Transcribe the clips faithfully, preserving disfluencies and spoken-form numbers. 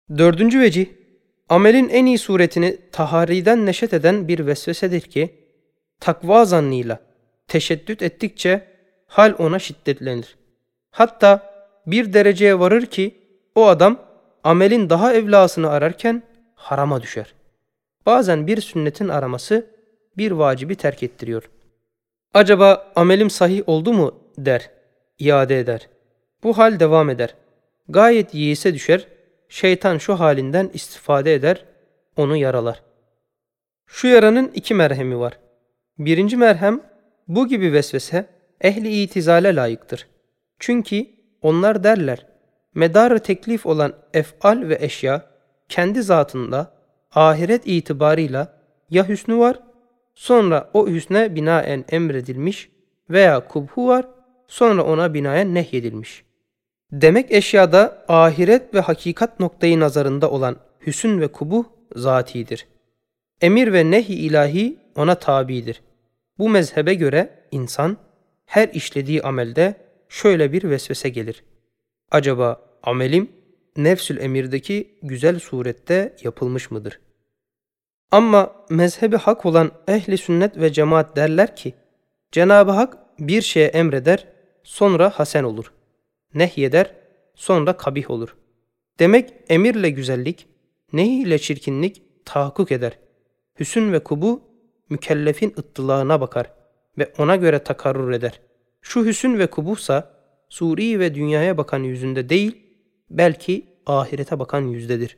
Dördüncü vecih, amelin en iyi suretini tahariden neşet eden bir vesvesedir ki, takva zannıyla teşeddüt ettikçe hal ona şiddetlenir. Hatta bir dereceye varır ki o adam amelin daha evlasını ararken harama düşer. Bazen bir sünnetin araması bir vacibi terk ettiriyor. Acaba amelim sahih oldu mu der, iade eder. Bu hal devam eder. Gayet yeise düşer, şeytan şu halinden istifade eder, onu yaralar. Şu yaranın iki merhemi var. Birinci merhem, bu gibi vesvese ehli itizale layıktır. Çünkü onlar derler, medarı teklif olan ef'al ve eşya, kendi zatında, ahiret itibarıyla ya hüsnü var, sonra o hüsne binaen emredilmiş veya kubhu var, sonra ona binaen nehyedilmiş. Demek eşyada ahiret ve hakikat noktayı nazarında olan hüsn ve kubuh zatidir. Emir ve nehy ilahi ona tabidir. Bu mezhebe göre insan her işlediği amelde şöyle bir vesvese gelir. Acaba amelim nefsül emirdeki güzel surette yapılmış mıdır? Ama mezhebi hak olan ehli sünnet ve cemaat derler ki, Cenab-ı Hak bir şeye emreder, sonra hasen olur. Nehyeder, sonra kabih olur. Demek emirle güzellik, nehy ile çirkinlik tahakkuk eder. Hüsn ve kubu mükellefin ıttılağına bakar ve ona göre takarrur eder. Şu hüsn ve kubuhsa suri ve dünyaya bakan yüzünde değil, belki ahirete bakan yüzdedir.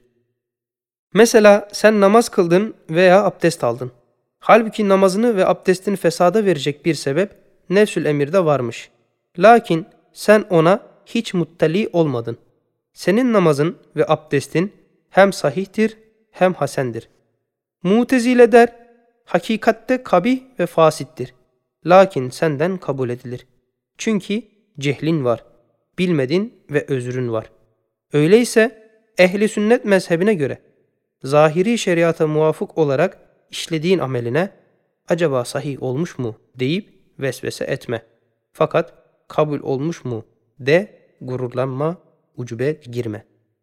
Mesela sen namaz kıldın veya abdest aldın. Halbuki namazını ve abdestini fesada verecek bir sebep nefsül emirde varmış. Lakin sen ona hiç muttali olmadın. Senin namazın ve abdestin hem sahihtir hem hasendir. Mutezile der, hakikatte kabih ve fasittir. Lakin senden kabul edilir. Çünkü cehlin var, bilmedin ve özrün var. Öyleyse ehli sünnet mezhebine göre zahiri şeriata muvafık olarak işlediğin ameline acaba sahih olmuş mu deyip vesvese etme. Fakat kabul olmuş mu de, gururlanma, ucube girme.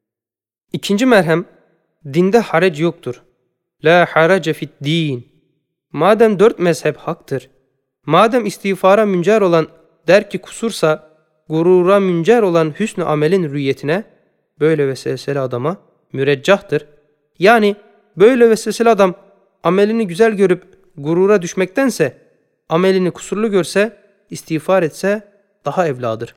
İkinci merhem, dinde harac yoktur. La harace fid din. Madem dört mezhep haktır, madem istiğfara müncer olan der ki kusursa, gurura müncer olan hüsnü amelin rüyetine, böyle vesveseli adama müreccahtır. Yani böyle vesveseli adam amelini güzel görüp gurura düşmektense, amelini kusurlu görse, istiğfar etse daha evladır.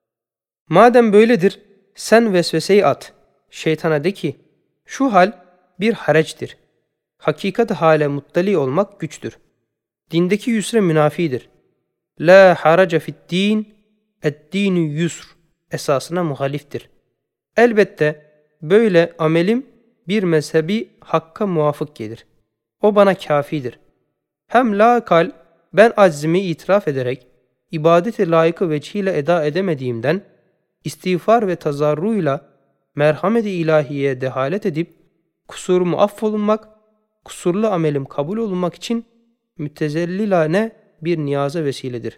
Madem böyledir, sen vesveseyi at. Şeytana de ki, şu hal bir hareçtir. Hakikat hale muttali olmak güçtür. Dindeki yusre münafidir. La harace fid din, ed-dinu yusr esasına muhaliftir. Elbette böyle amelim bir mezhebi hakka muvafık gelir. O bana kafidir. Hem lakal ben aczimi itiraf ederek ibadeti layıkı vecihiyle eda edemediğimden istiğfar ve tazarruyla merhamet-i ilahiyeye dehalet edip kusurumu affolunmak, kusurlu amelim kabul olunmak için mütezellilane bir niyaza vesiledir.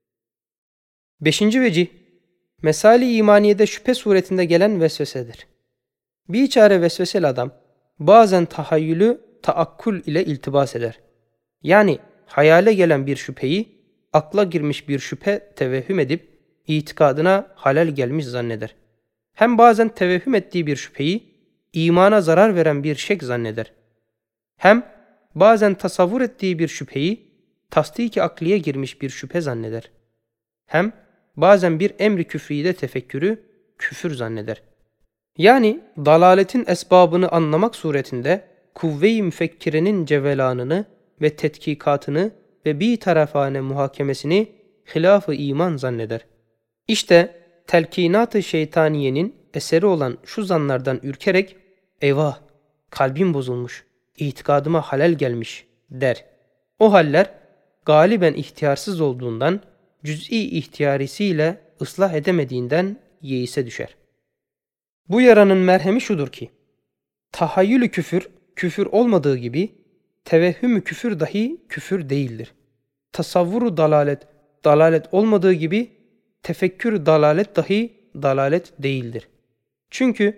Beşinci vecih, mesali imaniyede şüphe suretinde gelen vesvesedir. Bir çare vesveseli adam bazen tahayyülü taakkul ile iltibas eder. Yani hayale gelen bir şüpheyi akla girmiş bir şüphe tevehhüm edip itikadına halal gelmiş zanneder. Hem bazen tevehhüm ettiği bir şüpheyi imana zarar veren bir şek zanneder. Hem bazen tasavvur ettiği bir şüpheyi tasdik-i akliye girmiş bir şüphe zanneder. Hem bazen bir emri küfride tefekkürü küfür zanneder. Yani dalaletin esbabını anlamak suretinde kuvve-i müfekkirenin cevelanını ve tetkikatını ve bir tarafane muhakemesini hilaf-ı iman zanneder. İşte telkinat-ı şeytaniyenin eseri olan şu zanlardan ürkerek eyvah kalbim bozulmuş, itikadıma halel gelmiş der. O haller galiben ihtiyarsız olduğundan cüz'i ihtiyarisiyle ıslah edemediğinden yeise düşer. Bu yaranın merhemi şudur ki, tahayyülü küfür, küfür olmadığı gibi, tevehhümü küfür dahi küfür değildir. Tasavvuru dalalet, dalalet olmadığı gibi, tefekkür dalalet dahi dalalet değildir. Çünkü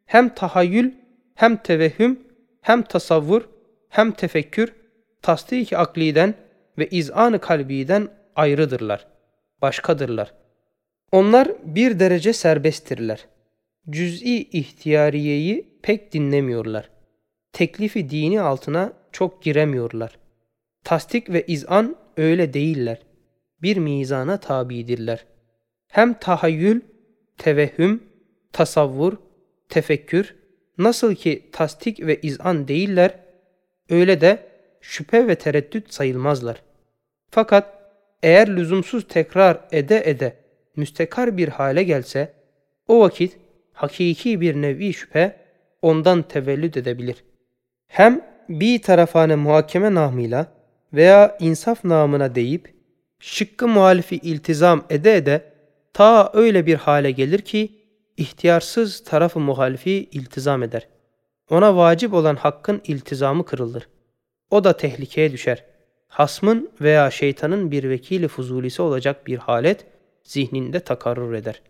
Hem tahayyül, hem tevehhüm, hem tasavvur, hem tefekkür, tasdik-i akliden ve izan-ı kalbiden ayrıdırlar, başkadırlar. Onlar bir derece serbesttirler. Cüz'i ihtiyariyeyi pek dinlemiyorlar. Teklifi dini altına çok giremiyorlar. Tasdik ve izan öyle değiller. Bir mizana tabidirler. Hem tahayyül, tevehhüm, tasavvur, tefekkür nasıl ki tasdik ve izan değiller, öyle de şüphe ve tereddüt sayılmazlar. Fakat eğer lüzumsuz tekrar ede ede müstekar bir hale gelse, o vakit hakiki bir nevi şüphe ondan tevellüd edebilir. Hem bir tarafane muhakeme namıyla veya insaf namına deyip, şıkkı muhalifi iltizam ede ede ta öyle bir hale gelir ki, ihtiyarsız tarafı muhalifi iltizam eder. Ona vacip olan hakkın iltizamı kırılır. O da tehlikeye düşer. Hasmın veya şeytanın bir vekili fuzulisi olacak bir halet zihninde takarrur eder.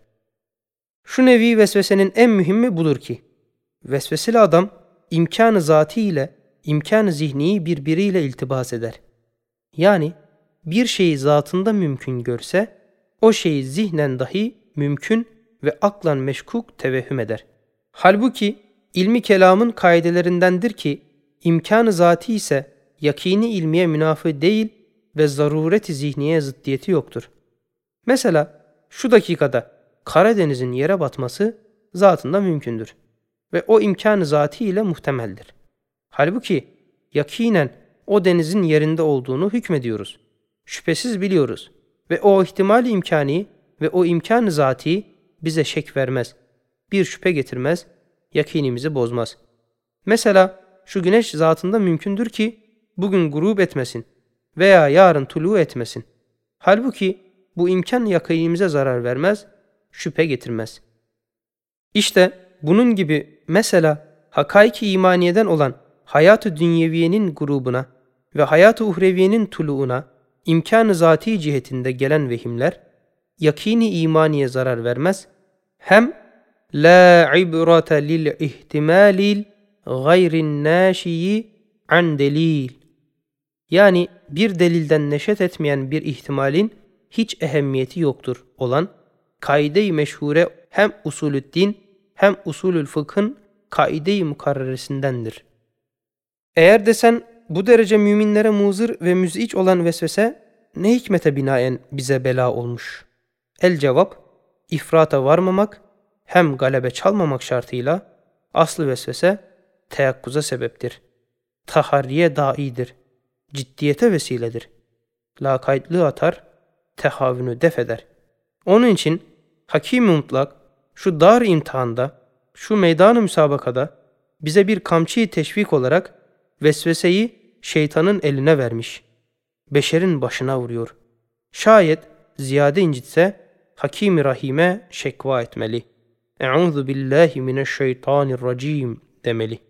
Şu nevi vesvesenin en mühimi budur ki, vesveseli adam imkan-ı zati ile imkan-ı zihniyi birbiriyle iltibas eder. Yani bir şeyi zatında mümkün görse, o şeyi zihnen dahi mümkün ve aklan meşkuk tevehhüm eder. Halbuki ilmi kelamın kaidelerindendir ki, imkan-ı zati ise yakini ilmiye münafı değil ve zaruret-i zihniye zıddiyeti yoktur. Mesela şu dakikada Karadeniz'in yere batması zatında mümkündür ve o imkan-ı zati ile muhtemeldir. Halbuki yakinen o denizin yerinde olduğunu hükmediyoruz. Şüphesiz biliyoruz ve o ihtimali imkani ve o imkan-ı zati bize şek vermez, bir şüphe getirmez, yakinimizi bozmaz. Mesela şu güneş zatında mümkündür ki bugün grup etmesin veya yarın tulu etmesin. Halbuki bu imkan yakinimize zarar vermez, şüphe getirmez. İşte bunun gibi mesela hakaik-i imaniyeden olan hayat-ı dünyeviyenin grubuna ve hayat-ı uhreviyenin tuluğuna imkan-ı zati cihetinde gelen vehimler yakini imaniye zarar vermez. Hem la ibrate lil ihtimalil gayrin naşiyi an delil. Yani bir delilden neşet etmeyen bir ihtimalin hiç ehemmiyeti yoktur olan kaide-i meşhure hem usulüddin hem usulül fıkhın kaide-i mukarreresindendir. Eğer desen bu derece müminlere muzır ve müziç olan vesvese ne hikmete binaen bize bela olmuş? El cevap, ifrata varmamak hem galebe çalmamak şartıyla aslı vesvese teyakkuza sebeptir. Taharriye daidir. Ciddiyete vesiledir. Lakaytlığı atar, tehavünü def eder. Onun için Hakim-i Mutlak şu dar imtihanda, şu meydan-ı müsabakada bize bir kamçıyı teşvik olarak vesveseyi şeytanın eline vermiş. Beşerin başına vuruyor. Şayet ziyade incitse Hakim-i Rahim'e şekva etmeli. Eûzu billahi mineşşeytanirracim demeli.